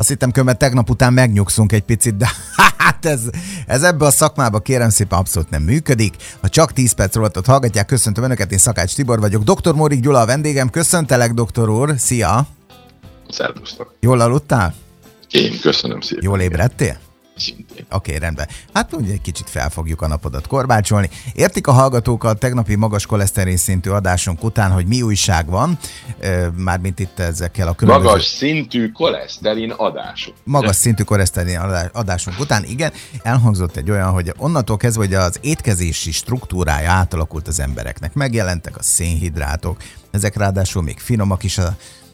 Azt hittem, mert tegnap után megnyugszunk egy picit, de hát ez ebbe a szakmába kérem szépen abszolút nem működik. Ha csak 10 perc rovatot hallgatják, köszöntöm Önöket, én Szakács Tibor vagyok. Dr. Mórik Gyula a vendégem, köszöntelek, doktor úr, szia! Szervusztok! Jól aludtál? Én köszönöm szépen. Jól ébredtél? Szintén. Oké, rendben. Hát ugye egy kicsit fel fogjuk a napodat korbácsolni. Értik a hallgatók a tegnapi magas koleszterin szintű adásunk után, hogy mi újság van, mármint itt ezekkel a különböző... Magas szintű koleszterin adásunk. Magas szintű koleszterin adásunk után, igen, elhangzott egy olyan, hogy onnantól kezdve, hogy az étkezési struktúrája átalakult az embereknek. Megjelentek a szénhidrátok, ezek ráadásul még finomak is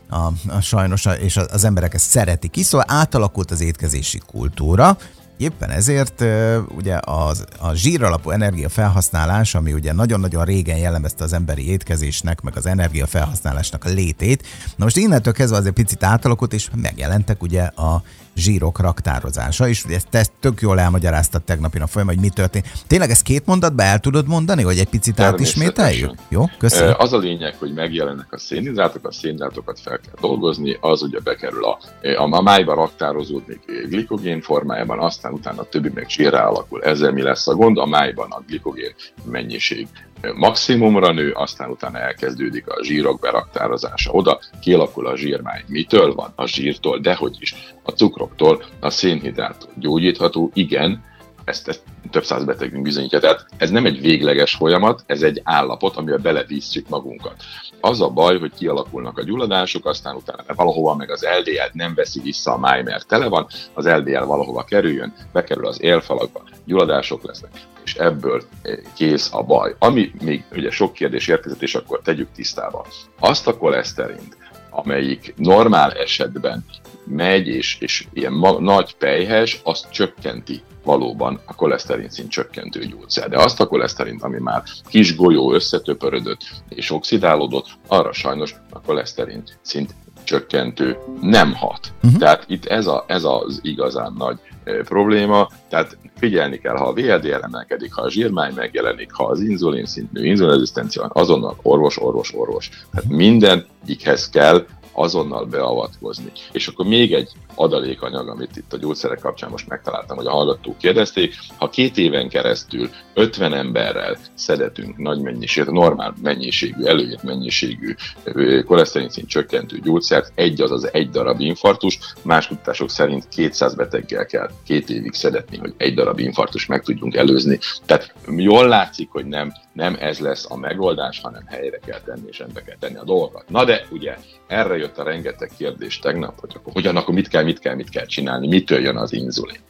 sajnos, és az emberek ezt szeretik is, szóval átalakult az étkezési kultúra. Éppen ezért ugye a zsíralapú energiafelhasználás, ami ugye nagyon-nagyon régen jellemezte az emberi étkezésnek, meg az energiafelhasználásnak a létét. Na most innentől kezdve azért picit átalakult, és megjelentek ugye a zsírok raktározása, és ezt tök jól elmagyaráztad tegnapi nap folyamán, hogy mi történt. Tényleg ezt 2 mondatba el tudod mondani, hogy egy picit átismételjük? Jó, köszönöm. Az a lényeg, hogy megjelennek a szénhidrátokat fel kell dolgozni, az ugye bekerül a májba raktározódik glikogén formájában, aztán utána a többi meg zsírrá alakul. Ezzel mi lesz a gond? A májban a glikogén mennyiség maximumra nő, aztán utána elkezdődik a zsírok beraktározása. Oda kialakul a zsírmáj. Mitől van? A zsírtól, dehogy is. A cukroktól, a szénhidráttól. Gyógyítható, igen, ezt több száz betegünk bizonyítja. Tehát ez nem egy végleges folyamat, ez egy állapot, amivel belevízszük magunkat. Az a baj, hogy kialakulnak a gyulladások, aztán utána valahova meg az LDL-t nem veszi vissza a máj, mert tele van, az LDL valahova kerüljön, bekerül az élfalakba, gyulladások lesznek, és ebből kész a baj. Ami még ugye sok kérdés érkezett, és akkor tegyük tisztába. Azt a koleszterint, amelyik normál esetben megy, és ilyen nagy pelyhes, azt csökkenti valóban a koleszterin szint csökkentő gyógyszer. De azt a koleszterint, ami már kis golyó összetöpörödött és oxidálódott, arra sajnos a koleszterin szint csökkentő nem hat. Tehát itt ez az igazán nagy probléma, tehát figyelni kell, ha a VLDL emelkedik, ha a zsírmány megjelenik, ha az inzulin szint nő, inzulinrezisztencia van, azonnal orvos. Tehát mindegyikhez kell azonnal beavatkozni. És akkor még egy adalékanyag, amit itt a gyógyszerek kapcsán most megtaláltam, hogy a hallgatók kérdezték, ha 2 éven keresztül 50 emberrel szedetünk nagy mennyiségű, normál mennyiségű, előírt mennyiségű koleszterin szint csökkentő gyógyszert, az egy darab infarktus, más kutatások szerint 200 beteggel kell 2 évig szedetni, hogy egy darab infarktus meg tudjunk előzni. Tehát jól látszik, hogy nem ez lesz a megoldás, hanem helyre kell tenni és rendbe kell tenni a dolgokat. Na de ugye erre jött a rengeteg kérdés tegnap, hogy akkor hogyan, akkor mit kell csinálni, mitől jön az inzulin.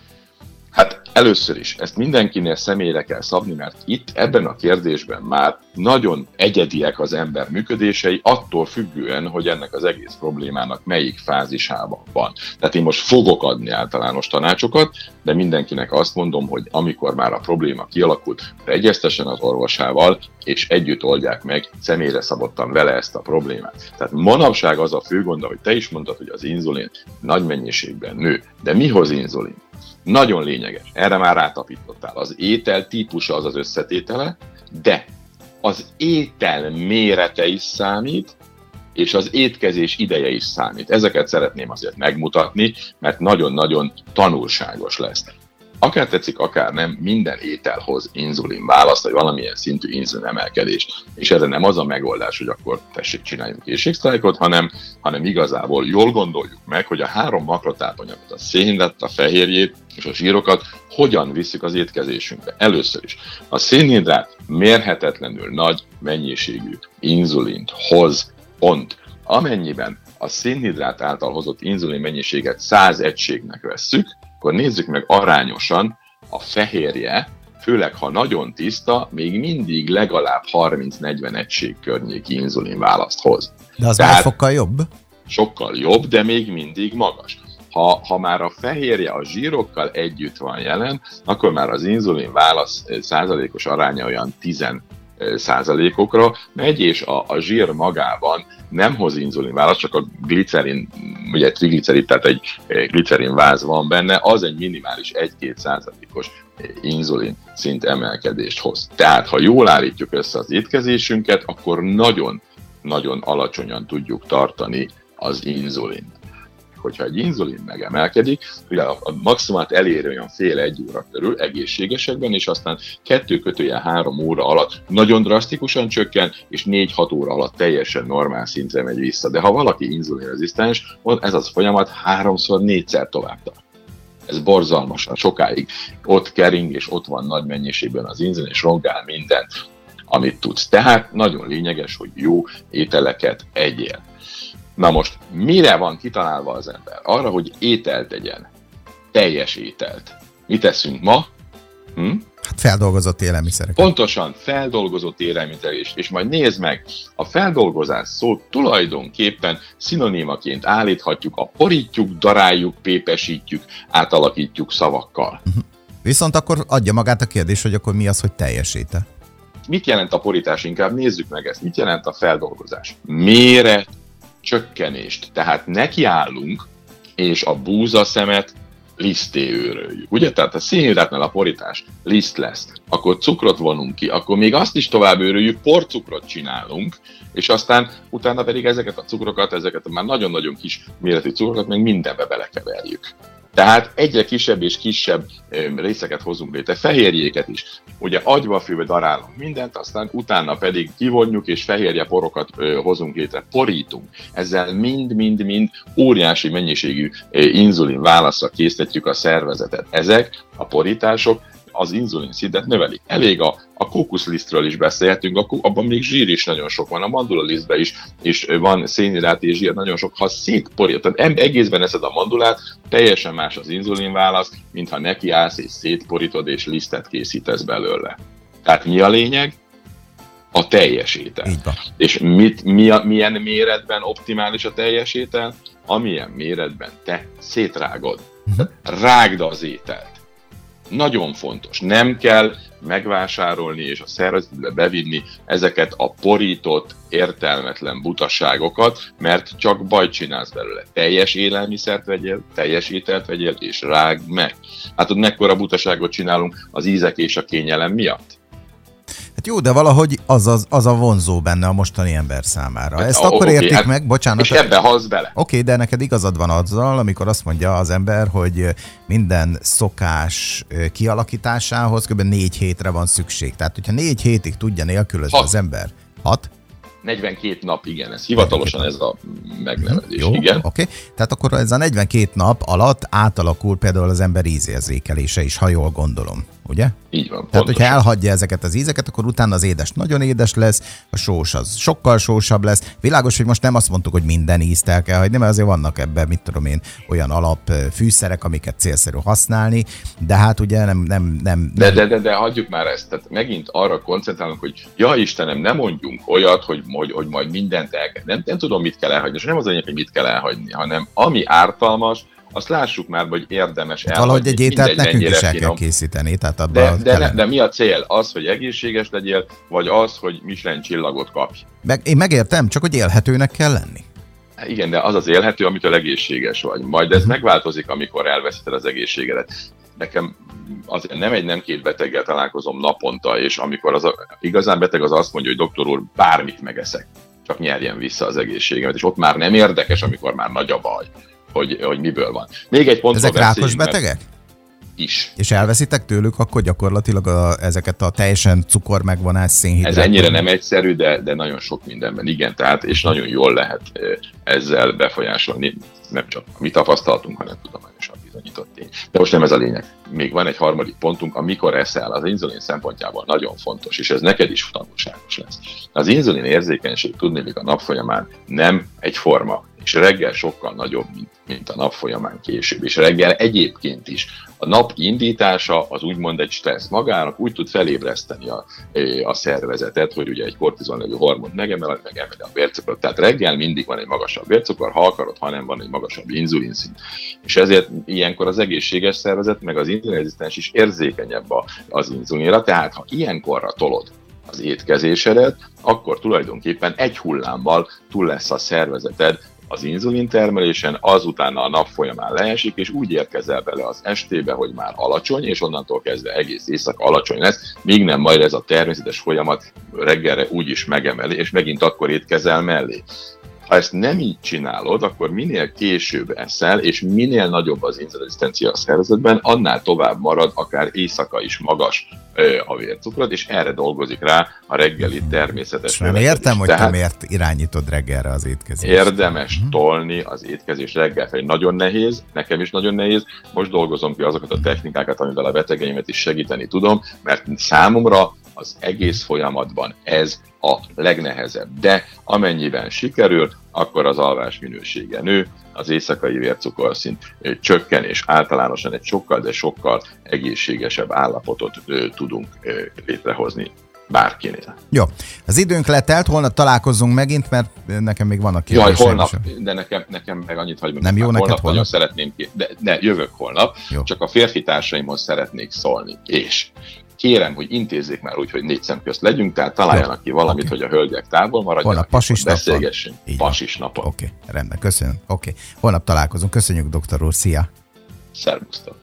Hát először is ezt mindenkinél személyre kell szabni, mert itt ebben a kérdésben már nagyon egyediek az ember működései, attól függően, hogy ennek az egész problémának melyik fázisában van. Tehát én most fogok adni általános tanácsokat, de mindenkinek azt mondom, hogy amikor már a probléma kialakult, egyeztessen az orvosával, és együtt oldják meg személyre szabottan vele ezt a problémát. Tehát manapság az a fő gond, hogy te is mondtad, hogy az inzulin nagy mennyiségben nő. De mi hoz inzulin? Nagyon lényeges, erre már rátapítottál. Az étel típusa az összetétele, de az étel mérete is számít, és az étkezés ideje is számít. Ezeket szeretném azért megmutatni, mert nagyon-nagyon tanulságos lesz. Akár tetszik, akár nem, minden étel hoz inzulin választ, vagy valamilyen szintű inzulin emelkedést. És erre nem az a megoldás, hogy akkor tessék csináljunk éhségsztrájkot, hanem igazából jól gondoljuk meg, hogy a 3 makrotápanyagot, a szénhidrátot, a fehérjét és a zsírokat hogyan visszük az étkezésünkbe. Először is a szénhidrát mérhetetlenül nagy mennyiségű inzulint hoz, pont. Amennyiben a szénhidrát által hozott inzulin mennyiséget 100 egységnek vesszük, akkor nézzük meg arányosan a fehérje, főleg ha nagyon tiszta, még mindig legalább 30-40 egység környéki inzulin választ hoz. De az már sokkal jobb? Sokkal jobb, de még mindig magas. Ha már a fehérje a zsírokkal együtt van jelen, akkor már az inzulin válasz százalékos aránya olyan 10%-okra megy, és a zsír magában nem hoz inzulin választ, csak a glicerin, ugye triglicerid, tehát egy glicerin váz van benne, az egy minimális 1-2%-os inzulin szint emelkedést hoz. Tehát, ha jól állítjuk össze az étkezésünket, akkor nagyon-nagyon alacsonyan tudjuk tartani az inzulin. hogyha egy inzulin megemelkedik, ugye a maximumát elér olyan fél-egy óra körül egészségesekben, és aztán 2-3 óra alatt nagyon drasztikusan csökken, és 4-6 óra alatt teljesen normál szintre megy vissza. De ha valaki inzulinrezisztens, ez az folyamat 3-4-szer tovább tart. Ez borzalmasan sokáig ott kering, és ott van nagy mennyiségben az inzulin, és rongál mindent, amit tudsz. Tehát nagyon lényeges, hogy jó ételeket egyél. Na most, mire van kitalálva az ember? Arra, hogy ételt tegyen. Teljes ételt. Mit teszünk ma? Hát feldolgozott élelmiszerek. Pontosan, feldolgozott élelmiszerek. És majd nézd meg, a feldolgozás szót tulajdonképpen szinonimaként állíthatjuk a porítjuk, daráljuk, pépesítjük, átalakítjuk szavakkal. Viszont akkor adja magát a kérdés, hogy akkor mi az, hogy teljes étel? Mit jelent a porítás? Inkább nézzük meg ezt. Mit jelent a feldolgozás? Méret, csökkenést. Tehát nekiállunk, és a búzaszemet liszté őröljük. Ugye? Tehát a szénhidrátnál a porítás liszt lesz. Akkor cukrot vonunk ki, akkor még azt is tovább őröljük, porcukrot csinálunk, és aztán utána pedig ezeket a cukrokat, ezeket a már nagyon-nagyon kis méretű cukrokat meg mindenbe belekeverjük. Tehát egyre kisebb és kisebb részeket hozunk létre, fehérjéket is. Ugye agyba főbe darálunk mindent, aztán utána pedig kivonjuk és fehérje porokat hozunk létre, porítunk. Ezzel mind-mind-mind óriási mennyiségű inzulin válaszra készítjük a szervezetet. Ezek a porítások az inzulin szintet növelik. Elég a kókuszlisztről is beszélhetünk, abban még zsír is nagyon sok van, a mandulalisztben is van szénhidrát és zsír nagyon sok. Ha szétporítod, tehát egészben eszed a mandulát, teljesen más az inzulin válasz, mintha nekiállsz és szétporítod és lisztet készítesz belőle. Tehát mi a lényeg? A teljes étel. És milyen méretben optimális a teljes étel? Amilyen méretben te szétrágod. Rágd az ételt. Nagyon fontos. Nem kell megvásárolni és a szervezetbe bevinni ezeket a porított, értelmetlen butaságokat, mert csak bajt csinálsz belőle. Teljes élelmiszert vegyél, teljes ételt vegyél, és rágd meg. Hát ott mekkora butaságot csinálunk az ízek és a kényelem miatt? Hát jó, de valahogy az a vonzó benne a mostani ember számára. Hát, ezt akkor értik hát, meg, bocsánat. És ebbe halsz bele. Oké, de neked igazad van azzal, amikor azt mondja az ember, hogy minden szokás kialakításához kb. 4 hétre van szükség. Tehát, hogyha 4 hétig tudja nélkülözni az ember. 6? 42 nap, igen, ez hivatalosan ez a megnevezés, jó, igen. Oké. Tehát akkor ez a 42 nap alatt átalakul például az ember ízérzékelése is, ha jól gondolom, ugye? Így van. Tehát, hogyha elhagyja ezeket az ízeket, akkor utána az édes nagyon édes lesz, a sós az sokkal sósabb lesz. Világos, hogy most nem azt mondtuk, hogy minden ízt el kell hagyni, mert azért vannak ebben, mit tudom én, olyan alapfűszerek, amiket célszerű használni, de hát ugye nem. De hagyjuk már ezt. Tehát megint arra koncentrálunk, hogy ja Istenem, nem mondjunk olyat, hogy majd mindent el kell. Nem tudom, mit kell elhagyni, és nem az a lényeg, hogy mit kell elhagyni, hanem ami ártalmas, azt lássuk már, hogy érdemes elhagyni. Valahogy egy ételt nekünk is el kell készíteni. Tehát de mi a cél? Az, hogy egészséges legyél, vagy az, hogy Michelin csillagot kapj? Én megértem, csak hogy élhetőnek kell lenni. Igen, de az az élhető, amitől egészséges vagy. Majd ez megváltozik, amikor elveszíted az egészségedet. Nekem azért nem 2 beteggel találkozom naponta, és amikor az igazán beteg az azt mondja, hogy doktor úr, bármit megeszek, csak nyerjen vissza az egészségemet, és ott már nem érdekes, amikor már nagy a baj, hogy miből van. Még egy pontról ezek rákos betegek? Is. És elveszitek tőlük akkor gyakorlatilag ezeket a teljesen cukormegvonás, szénhidrát? Ez ennyire nem egyszerű, de nagyon sok mindenben igen, tehát és nagyon jól lehet ezzel befolyásolni, nem csak a mi tapasztalatunk, hanem tudományosan bizonyított tény. De most nem ez a lényeg. Még van egy harmadik pontunk, amikor eszel, az inzulin szempontjából nagyon fontos, és ez neked is tanulságos lesz. Az inzulin érzékenység tudnélik a nap folyamán nem egyforma, és reggel sokkal nagyobb, mint a nap folyamán később. És reggel egyébként is a nap indítása az úgymond egy stressz magának, úgy tud felébreszteni a szervezetet, hogy ugye egy kortizol nevű hormont megemeli a vércukrot. Tehát reggel mindig van egy magasabb vércukor, ha akarod, ha nem van egy magasabb inzulinszint. És ezért ilyenkor az egészséges szervezet, meg az inzulinrezisztens is érzékenyebb az inzulinra. Tehát ha ilyenkorra tolod az étkezésedet, akkor tulajdonképpen egy hullámmal túl lesz a szervezeted az inzulin termelésen, azután a nap folyamán leesik, és úgy érkezel bele az estébe, hogy már alacsony, és onnantól kezdve egész éjszaka alacsony lesz, míg nem majd ez a természetes folyamat reggelre úgy is megemeli, és megint akkor étkezel mellé. Ha ezt nem így csinálod, akkor minél később eszel, és minél nagyobb az inzulinrezisztencia a szervezetben, annál tovább marad, akár éjszaka is magas a vércukrod, és erre dolgozik rá a reggeli természetes növekedés. Értem, hogy te miért irányítod reggelre az étkezést. Érdemes tolni az étkezés reggel felé. Nagyon nehéz, nekem is nagyon nehéz. Most dolgozom ki azokat a technikákat, amivel a betegeimet is segíteni tudom, mert számomra az egész folyamatban ez a legnehezebb. De amennyiben sikerül, akkor az alvás minősége nő, az éjszakai vércukorszint csökken, és általánosan egy sokkal, de sokkal egészségesebb állapotot tudunk létrehozni bárkinél. Jó, az időnk letelt, holnap találkozzunk megint, mert nekem még vannak kérdéseim. Jaj, holnap, de nekem meg annyit hagyom. Nem jó neked holnap? Szeretném, de jövök holnap, jó. Csak a férfi társaimhoz szeretnék szólni, és kérem, hogy intézzék már úgy, hogy 4 szem közt legyünk, tehát találjanak ki valamit, hogy a hölgyek távol maradjanak, holnap pasis beszélgessünk. Pasis napon. Oké, rendben, köszönöm. Oké. Holnap találkozunk. Köszönjük, doktor úr, szia! Szervusztok!